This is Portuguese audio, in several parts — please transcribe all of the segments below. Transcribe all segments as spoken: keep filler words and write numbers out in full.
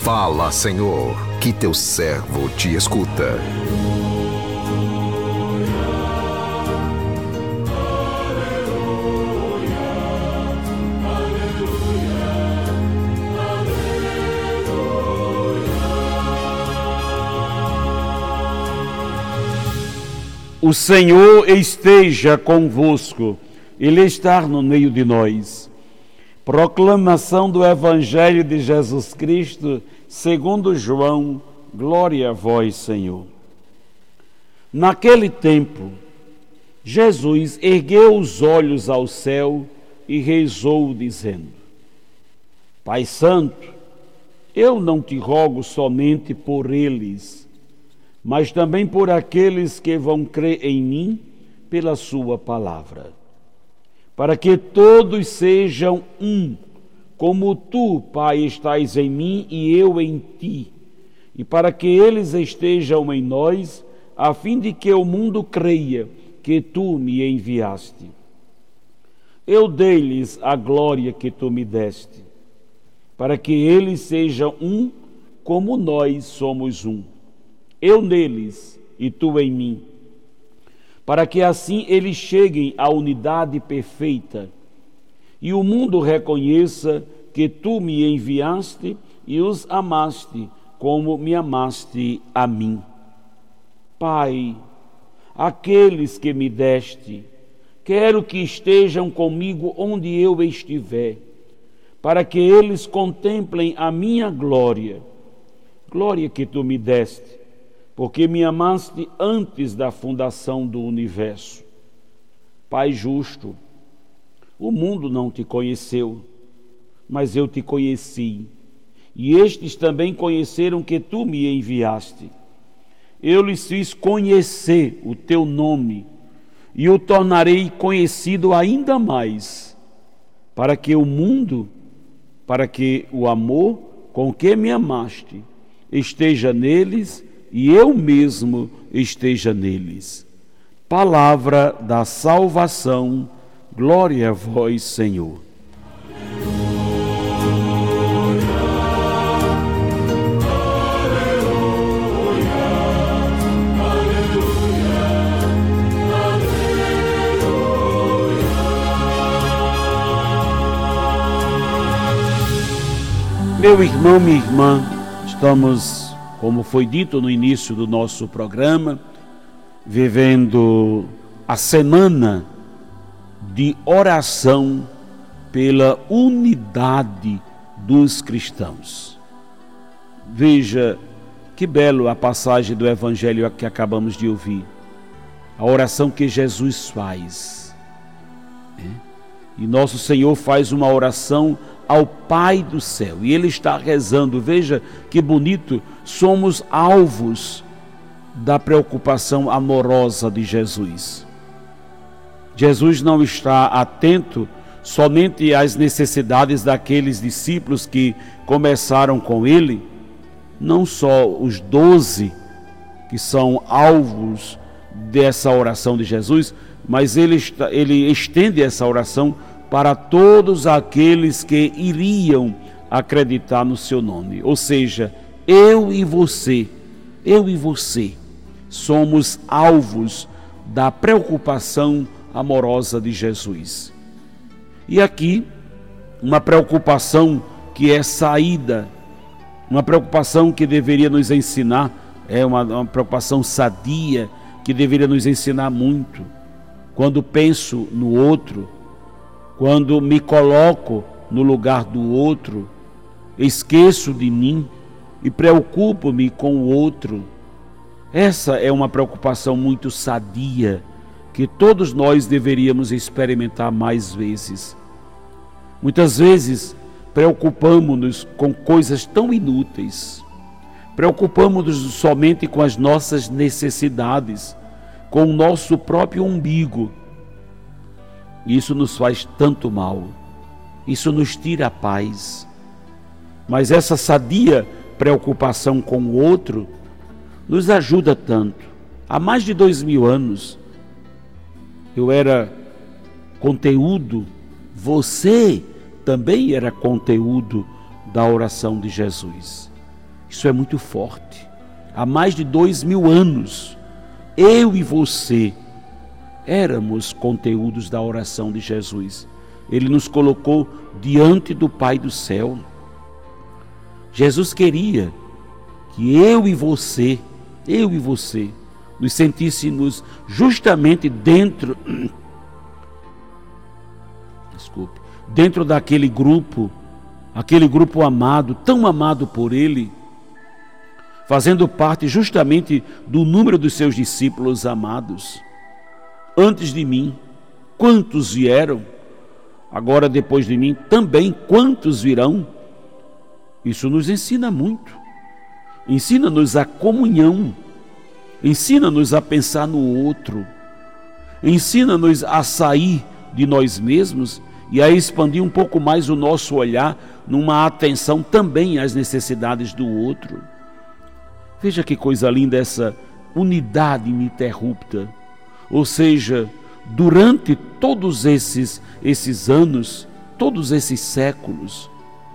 Fala, Senhor, que teu servo te escuta. O Senhor esteja convosco, Ele está no meio de nós. Proclamação do Evangelho de Jesus Cristo, segundo João, glória a vós, Senhor. Naquele tempo, Jesus ergueu os olhos ao céu e rezou, dizendo: Pai Santo, eu não te rogo somente por eles, mas também por aqueles que vão crer em mim pela sua palavra, para que todos sejam um, como tu, Pai, estás em mim e eu em ti, e para que eles estejam em nós, a fim de que o mundo creia que tu me enviaste. Eu dei-lhes a glória que tu me deste, para que eles sejam um, como nós somos um. Eu neles e tu em mim, para que assim eles cheguem à unidade perfeita e o mundo reconheça que tu me enviaste e os amaste como me amaste a mim. Pai, aqueles que me deste, quero que estejam comigo onde eu estiver, para que eles contemplem a minha glória, glória que tu me deste, porque me amaste antes da fundação do universo. Pai justo, o mundo não te conheceu, mas eu te conheci, e estes também conheceram que tu me enviaste. Eu lhes fiz conhecer o teu nome, e o tornarei conhecido ainda mais, para que o mundo, para que o amor com que me amaste esteja neles e eu mesmo esteja neles. Palavra da salvação, glória a vós, Senhor. Meu irmão, minha irmã, estamos, como foi dito no início do nosso programa, vivendo a semana de oração pela unidade dos cristãos. Veja que belo a passagem do Evangelho que acabamos de ouvir, a oração que Jesus faz. E nosso Senhor faz uma oração ao Pai do céu, e Ele está rezando. Veja que bonito, somos alvos da preocupação amorosa de Jesus. Jesus não está atento somente às necessidades daqueles discípulos que começaram com Ele, não só os doze que são alvos dessa oração de Jesus, mas Ele, está, ele estende essa oração para todos aqueles que iriam acreditar no seu nome. Ou seja, eu e você, eu e você, somos alvos da preocupação amorosa de Jesus. E aqui, uma preocupação que é saída, uma preocupação que deveria nos ensinar, é uma, uma preocupação sadia, que deveria nos ensinar muito. Quando penso no outro, quando me coloco no lugar do outro, esqueço de mim e preocupo-me com o outro. Essa é uma preocupação muito sadia, que todos nós deveríamos experimentar mais vezes. Muitas vezes preocupamos-nos com coisas tão inúteis, preocupamos-nos somente com as nossas necessidades, com o nosso próprio umbigo. Isso nos faz tanto mal, isso nos tira a paz. Mas essa sadia preocupação com o outro nos ajuda tanto. Há mais de dois mil anos, eu era conteúdo, você também era conteúdo da oração de Jesus. Isso é muito forte. Há mais de dois mil anos, eu e você éramos conteúdos da oração de Jesus. Ele nos colocou diante do Pai do céu. Jesus queria que eu e você, eu e você, nos sentíssemos justamente dentro, desculpe, dentro daquele grupo, aquele grupo amado, tão amado por Ele, fazendo parte justamente do número dos seus discípulos amados. Antes de mim, quantos vieram? Agora, depois de mim, também quantos virão? Isso nos ensina muito. Ensina-nos a comunhão. Ensina-nos a pensar no outro. Ensina-nos a sair de nós mesmos e a expandir um pouco mais o nosso olhar numa atenção também às necessidades do outro. Veja que coisa linda essa unidade ininterrupta. Ou seja, durante todos esses, esses anos, todos esses séculos,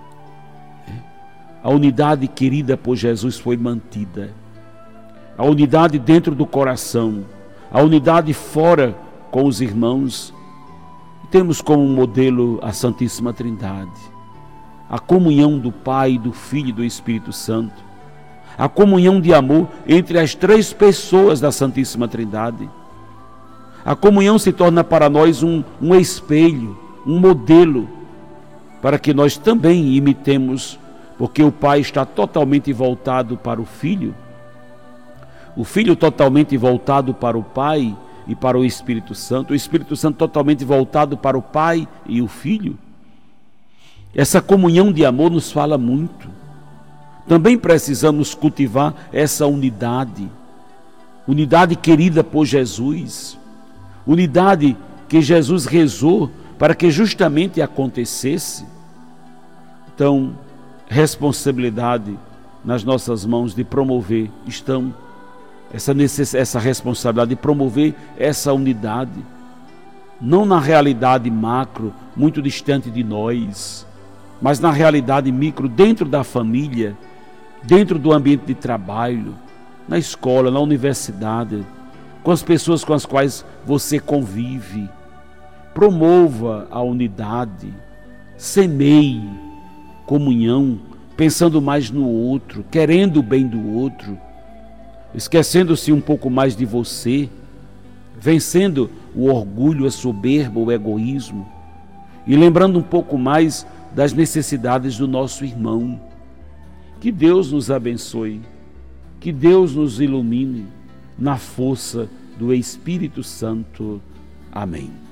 a unidade querida por Jesus foi mantida. A unidade dentro do coração, a unidade fora com os irmãos. Temos como modelo a Santíssima Trindade, a comunhão do Pai, do Filho e do Espírito Santo, a comunhão de amor entre as três pessoas da Santíssima Trindade. A comunhão se torna para nós um, um espelho, um modelo, para que nós também imitemos, porque o Pai está totalmente voltado para o Filho, o Filho totalmente voltado para o Pai e para o Espírito Santo, o Espírito Santo totalmente voltado para o Pai e o Filho. Essa comunhão de amor nos fala muito. Também precisamos cultivar essa unidade, unidade querida por Jesus, unidade que Jesus rezou para que justamente acontecesse. Então, responsabilidade nas nossas mãos de promover, estão essa, necess... essa responsabilidade de promover essa unidade, não na realidade macro, muito distante de nós, mas na realidade micro, dentro da família, dentro do ambiente de trabalho, na escola, na universidade, com as pessoas com as quais você convive. Promova a unidade, semeie comunhão, pensando mais no outro, querendo o bem do outro, esquecendo-se um pouco mais de você, vencendo o orgulho, a soberba, o egoísmo, e lembrando um pouco mais das necessidades do nosso irmão. Que Deus nos abençoe, que Deus nos ilumine na força do Espírito Santo. Amém.